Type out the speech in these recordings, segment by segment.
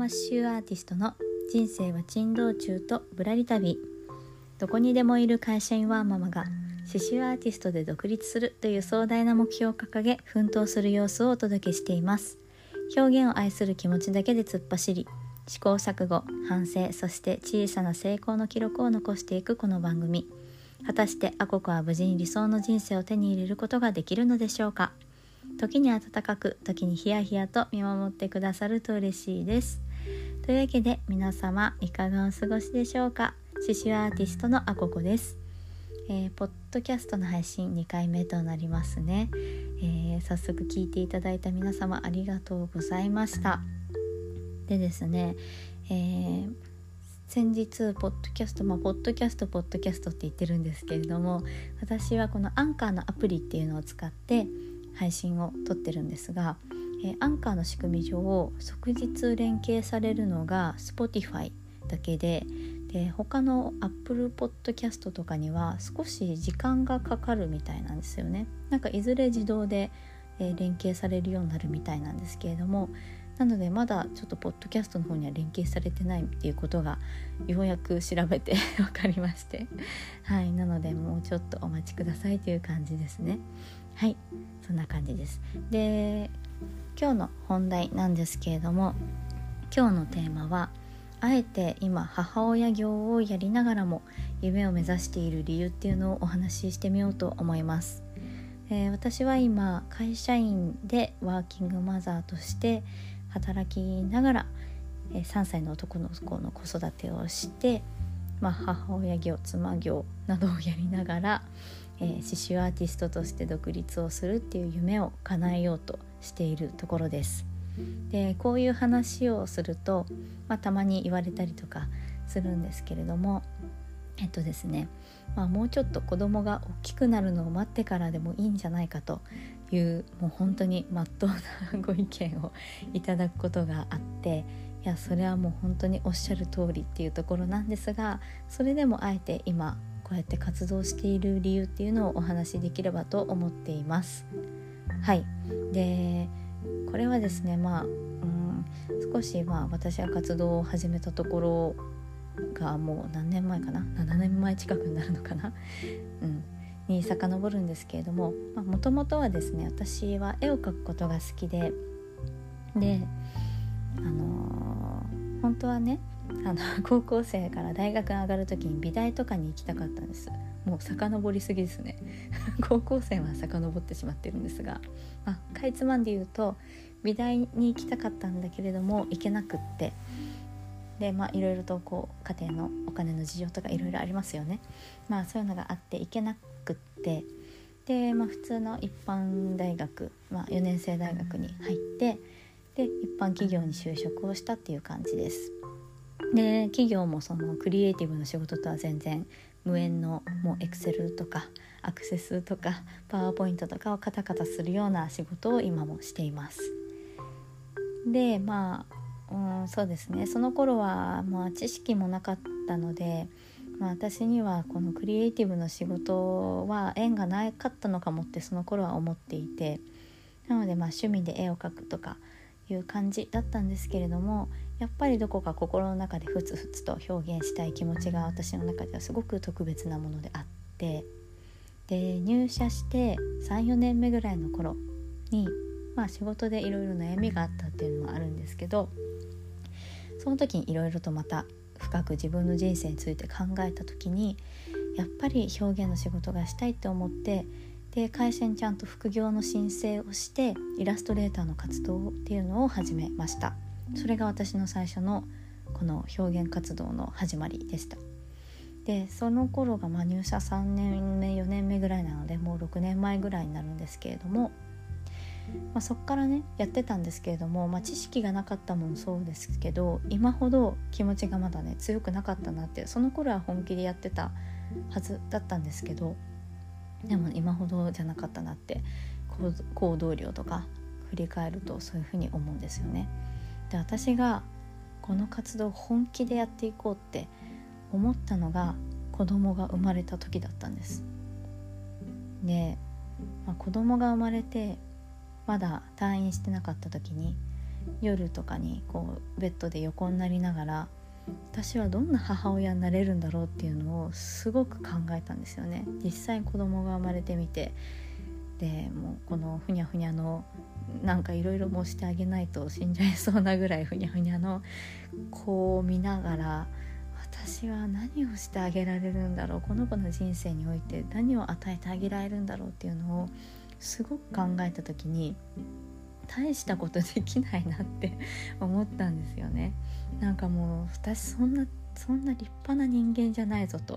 マ刺繍アーティストの人生は珍道中とぶらり旅。どこにでもいる会社員ワーママが刺繍アーティストで独立するという壮大な目標を掲げ奮闘する様子をお届けしています。表現を愛する気持ちだけで突っ走り、試行錯誤、反省、そして小さな成功の記録を残していくこの番組。果たしてアココは無事に理想の人生を手に入れることができるのでしょうか。時に温かく、時にヒヤヒヤと見守ってくださると嬉しいです。というわけで皆様いかがお過ごしでしょうか。刺繍アーティストのアココです。ポッドキャストの配信2回目となりますね。早速聞いていただいた皆様ありがとうございました。でですね、先日ポッドキャストって言ってるんですけれども、私はこのアンカーのアプリっていうのを使って配信を撮ってるんですが、アンカーの仕組み上即日連携されるのが Spotify だけで、他の Apple Podcast とかには少し時間がかかるみたいなんですよね。なんかいずれ自動で、連携されるようになるみたいなんですけれども、なのでまだちょっとポッドキャストの方には連携されてないっていうことがようやく調べて分かりまして、はい、なのでもうちょっとお待ちくださいという感じですね。はい、そんな感じです。で、今日の本題なんですけれども、今日のテーマはあえて今母親業をやりながらも夢を目指している理由っていうのをお話ししてみようと思います。私は今会社員でワーキングマザーとして働きながら3歳の男の子の子育てをして、母親業、妻業などをやりながら、刺繍アーティストとして独立をするっていう夢を叶えようとしているところです。で、こういう話をすると、たまに言われたりとかするんですけれども、ですね、もうちょっと子供が大きくなるのを待ってからでもいいんじゃないかという、もう本当に真っ当なご意見をいただくことがあって、いやそれはもう本当におっしゃる通りっていうところなんですが、それでもあえて今こうやって活動している理由っていうのをお話しできればと思っています。はい。で、これはですね、少し私が活動を始めたところがもう何年前かな、7年前近くになるのかな、に遡るんですけれども、もともとはですね、私は絵を描くことが好きで、本当はね、高校生から大学に上がる時に美大とかに行きたかったんです。もう遡りすぎですね高校生は遡ってしまってるんですが、かいつまんで言うと美大に行きたかったんだけれども行けなくって、でいろいろと家庭のお金の事情とかいろいろありますよね。そういうのがあって行けなくって、で、普通の一般大学、4年生大学に入って、で一般企業に就職をしたっていう感じです。で、企業もそのクリエイティブの仕事とは全然無縁の、もうエクセルとかアクセスとかパワーポイントとかをカタカタするような仕事を今もしています。で、そうですね、その頃は知識もなかったので、私にはこのクリエイティブの仕事は縁がなかったのかもってその頃は思っていて、なので趣味で絵を描くとかいう感じだったんですけれども、やっぱりどこか心の中でふつふつと表現したい気持ちが私の中ではすごく特別なものであって、で入社して3、4年目ぐらいの頃に、仕事でいろいろ悩みがあったっていうのもあるんですけど、その時にいろいろとまた深く自分の人生について考えた時に、やっぱり表現の仕事がしたいって思って、で会社にちゃんと副業の申請をしてイラストレーターの活動っていうのを始めました。それが私の最初のこの表現活動の始まりでした。でその頃が入社3年目4年目ぐらいなので、もう6年前ぐらいになるんですけれども、そっからねやってたんですけれども、知識がなかったもんそうですけど、今ほど気持ちがまだね強くなかったなって、その頃は本気でやってたはずだったんですけど、でも今ほどじゃなかったなって行動量とか振り返るとそういうふうに思うんですよね。で、私がこの活動を本気でやっていこうって思ったのが子供が生まれた時だったんです。で、子供が生まれてまだ退院してなかった時に、 夜とかにこうベッドで横になりながら、私はどんな母親になれるんだろうっていうのをすごく考えたんですよね。実際子供が生まれてみて、でもうこのふにゃふにゃのなんかいろいろもしてあげないと死んじゃいそうなぐらいふにゃふにゃの子を見ながら、私は何をしてあげられるんだろう、この子の人生において何を与えてあげられるんだろうっていうのをすごく考えた時に、大したことできないなって思ったんですよね。なんかもう私そんな立派な人間じゃないぞと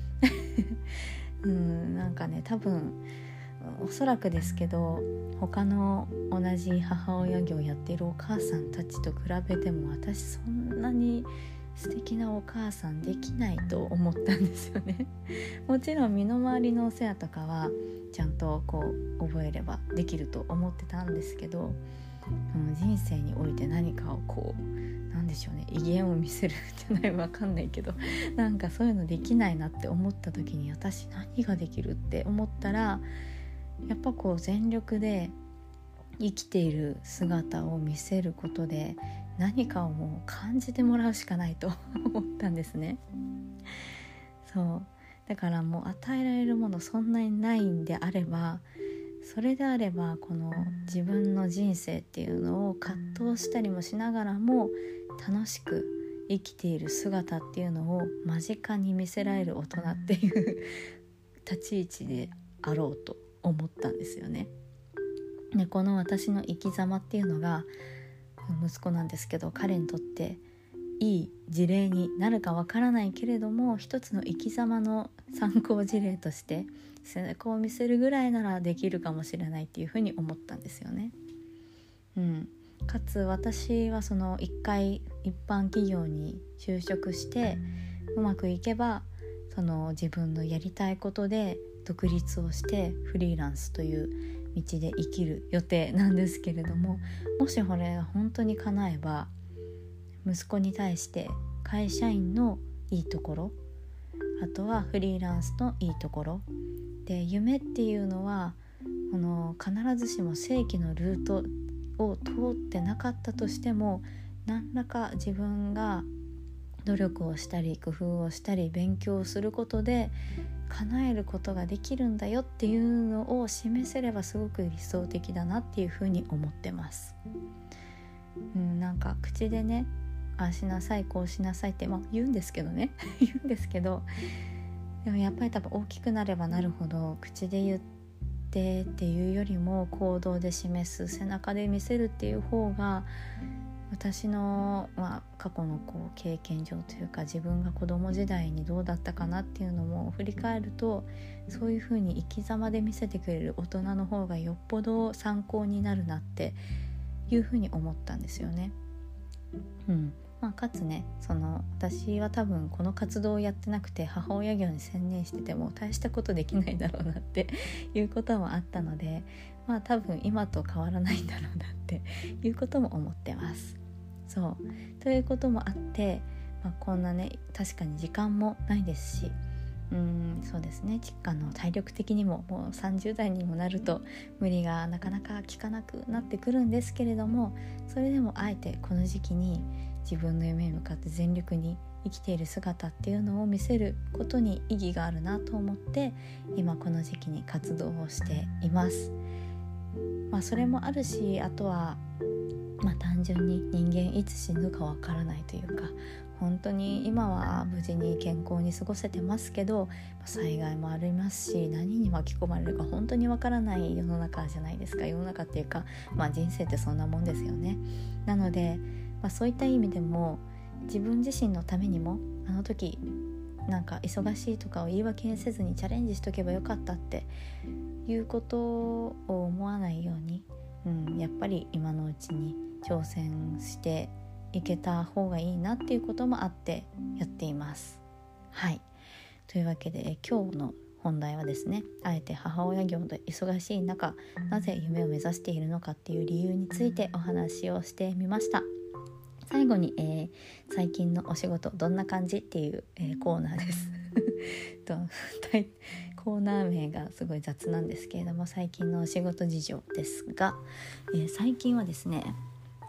なんかね、多分おそらくですけど、他の同じ母親業をやっているお母さんたちと比べても、私そんなに素敵なお母さんできないと思ったんですよね。もちろん身の回りのお世話とかはちゃんとこう覚えればできると思ってたんですけど、人生において何かをこうなんでしょうね、威厳を見せるじゃない、わかんないけど、なんかそういうのできないなって思った時に、私何ができるって思ったら、やっぱこう全力で生きている姿を見せることで何かをもう感じてもらうしかないと思ったんですね。そうだからもう与えられるものそんなにないんであれば、それであればこの自分の人生っていうのを葛藤したりもしながらも楽しく生きている姿っていうのを間近に見せられる大人っていう立ち位置であろうと思ったんですよね。でこの私の生き様っていうのが息子なんですけど、彼にとっていい事例になるかわからないけれども、一つの生き様の参考事例として背中を見せるぐらいならできるかもしれないっていうふうに思ったんですよね。かつ私はその一回一般企業に就職してうまくいけば、その自分のやりたいことで独立をしてフリーランスという道で生きる予定なんですけれども、もしこれが本当に叶えば、息子に対して会社員のいいところ、あとはフリーランスのいいところで、夢っていうのはこの必ずしも正規のルートを通ってなかったとしても、何らか自分が努力をしたり工夫をしたり勉強をすることで叶えることができるんだよっていうのを示せればすごく理想的だなっていうふうに思ってます。なんか口でね、ああしなさいこうしなさいって、言うんですけどね言うんですけど、でもやっぱり多分大きくなればなるほど、口で言ってっていうよりも行動で示す、背中で見せるっていう方が、私の、過去のこう経験上というか、自分が子供時代にどうだったかなっていうのも振り返ると、そういう風に生き様で見せてくれる大人の方がよっぽど参考になるなっていう風に思ったんですよね。かつね、私は多分この活動をやってなくて母親業に専念してても大したことできないだろうなっていうこともあったので、多分今と変わらないんだろうなっていうことも思ってます。そうということもあって、こんなね、確かに時間もないですし、そうですね、体力的にももう30代にもなると無理がなかなか効かなくなってくるんですけれども、それでもあえてこの時期に自分の夢に向かって全力に生きている姿っていうのを見せることに意義があるなと思って、今この時期に活動をしています。それもあるし、あとは単純に人間いつ死ぬかわからないというか、本当に今は無事に健康に過ごせてますけど、災害もありますし、何に巻き込まれるか本当にわからない世の中じゃないですか。世の中っていうか、人生ってそんなもんですよね。なので、そういった意味でも自分自身のためにも、あの時なんか忙しいとかを言い訳にせずにチャレンジしとけばよかったっていうことを思わないように、やっぱり今のうちに挑戦していけた方がいいなっていうこともあってやっています。はい、というわけで今日の本題はですね、あえて母親業で忙しい中、なぜ夢を目指しているのかっていう理由についてお話をしてみました。最後に、最近のお仕事どんな感じっていう、コーナーですコーナー名がすごい雑なんですけれども、最近のお仕事事情ですが、最近はですね、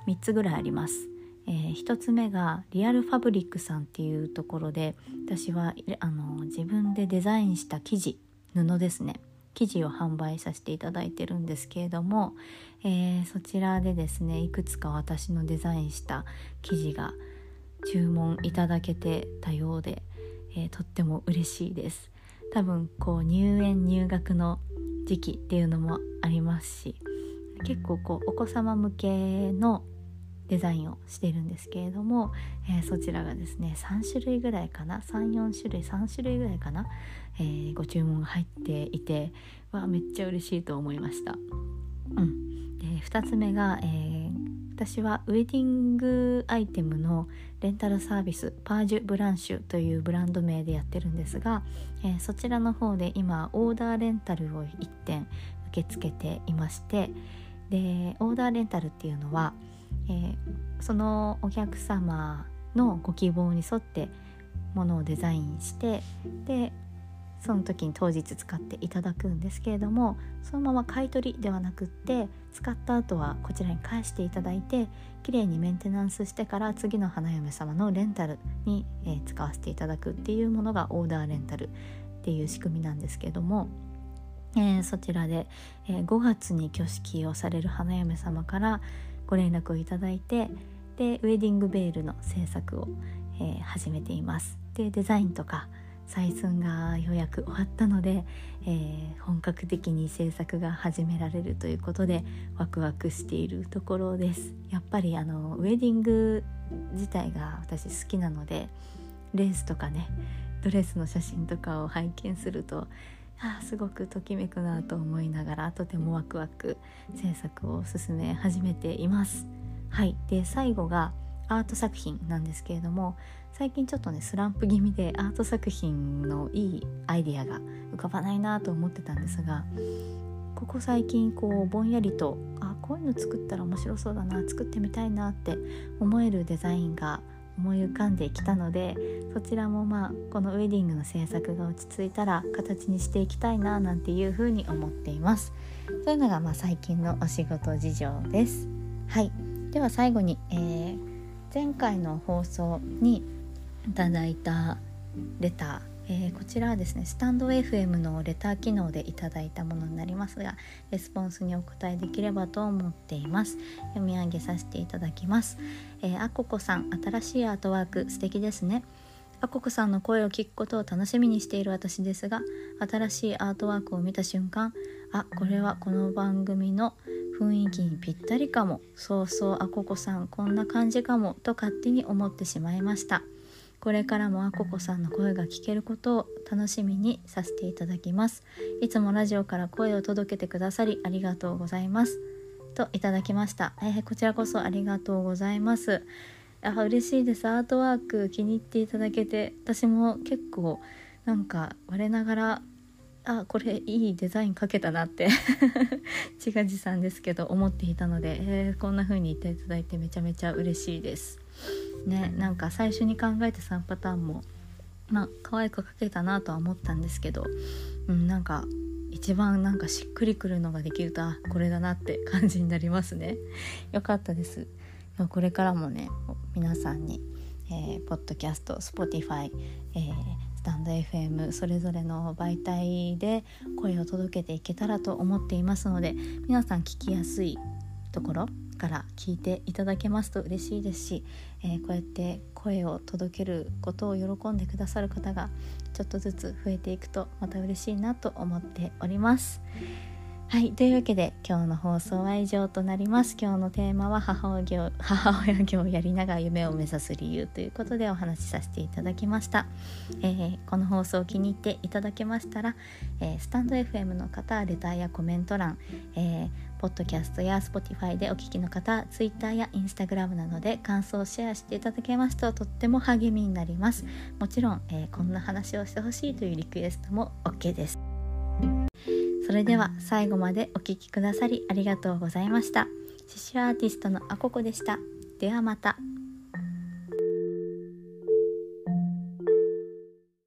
3つぐらいあります。1つ目がリアルファブリックさんっていうところで、私は自分でデザインした生地、布ですね、生地を販売させていただいてるんですけれども、そちらでですね、いくつか私のデザインした生地が注文いただけてたようで、とっても嬉しいです。多分入学の時期っていうのもありますし、結構お子様向けのデザインをしているんですけれども、そちらがですね3種類ぐらいかな、3種類ぐらいかな、ご注文が入っていて、めっちゃ嬉しいと思いました。で2つ目が、私はウェディングアイテムのレンタルサービスパージュブランシュというブランド名でやってるんですが、そちらの方で今オーダーレンタルを1点受け付けていまして、でオーダーレンタルっていうのは、そのお客様のご希望に沿ってものをデザインして、でその時に当日使っていただくんですけれども、そのまま買い取りではなくって、使った後はこちらに返していただいて、きれいにメンテナンスしてから次の花嫁様のレンタルに、使わせていただくっていうものがオーダーレンタルっていう仕組みなんですけれども、そちらで、5月に挙式をされる花嫁様からご連絡をいただいて、でウェディングベールの制作を、始めています。でデザインとか採寸がようやく終わったので、本格的に制作が始められるということでワクワクしているところです。やっぱりウェディング自体が私好きなので、レースとかね、ドレスの写真とかを拝見するとすごくときめくなと思いながら、とてもワクワク制作を進め始めています。で最後がアート作品なんですけれども、最近ちょっとねスランプ気味でアート作品のいいアイディアが浮かばないなと思ってたんですが、ここ最近ぼんやりとこういうの作ったら面白そうだな、作ってみたいなって思えるデザインが思い浮かんできたので、そちらもこのウェディングの制作が落ち着いたら形にしていきたいななんていうふうに思っています。そういうのが最近のお仕事事情です。では最後に、前回の放送にいただいたレター、こちらはですねスタンド FM のレター機能でいただいたものになりますが、レスポンスにお答えできればと思っています。読み上げさせていただきます。あここさん、新しいアートワーク素敵ですね。あここさんの声を聞くことを楽しみにしている私ですが、新しいアートワークを見た瞬間、これはこの番組の雰囲気にぴったりかも、そうあここさんこんな感じかもと勝手に思ってしまいました。これからもあここさんの声が聞けることを楽しみにさせていただきます。いつもラジオから声を届けてくださりありがとうございますといただきました。こちらこそありがとうございます。嬉しいです。アートワーク気に入っていただけて、私も結構我ながらこれいいデザイン描けたなって自画自賛ですけど思っていたので、こんな風に言っていただいてめちゃめちゃ嬉しいですね。最初に考えた3パターンも可愛く描けたなとは思ったんですけど、一番しっくりくるのができるとこれだなって感じになりますね。よかったです。これからもね皆さんに、ポッドキャスト、Spotify、スタンド FM それぞれの媒体で声を届けていけたらと思っていますので、皆さん聞きやすいところから聞いていただけますと嬉しいですし、こうやって声を届けることを喜んでくださる方がちょっとずつ増えていくとまた嬉しいなと思っております。というわけで今日の放送は以上となります。今日のテーマは母親業をやりながら夢を目指す理由ということでお話しさせていただきました。この放送を気に入っていただけましたら、スタンド FM の方レターやコメント欄、ポッドキャストや Spotify でお聞きの方 Twitter や Instagram などで感想をシェアしていただけますととっても励みになります。もちろん、こんな話をしてほしいというリクエストも OK です。それでは最後までお聞きくださりありがとうございました。刺繍アーティストのあここでした。ではまた。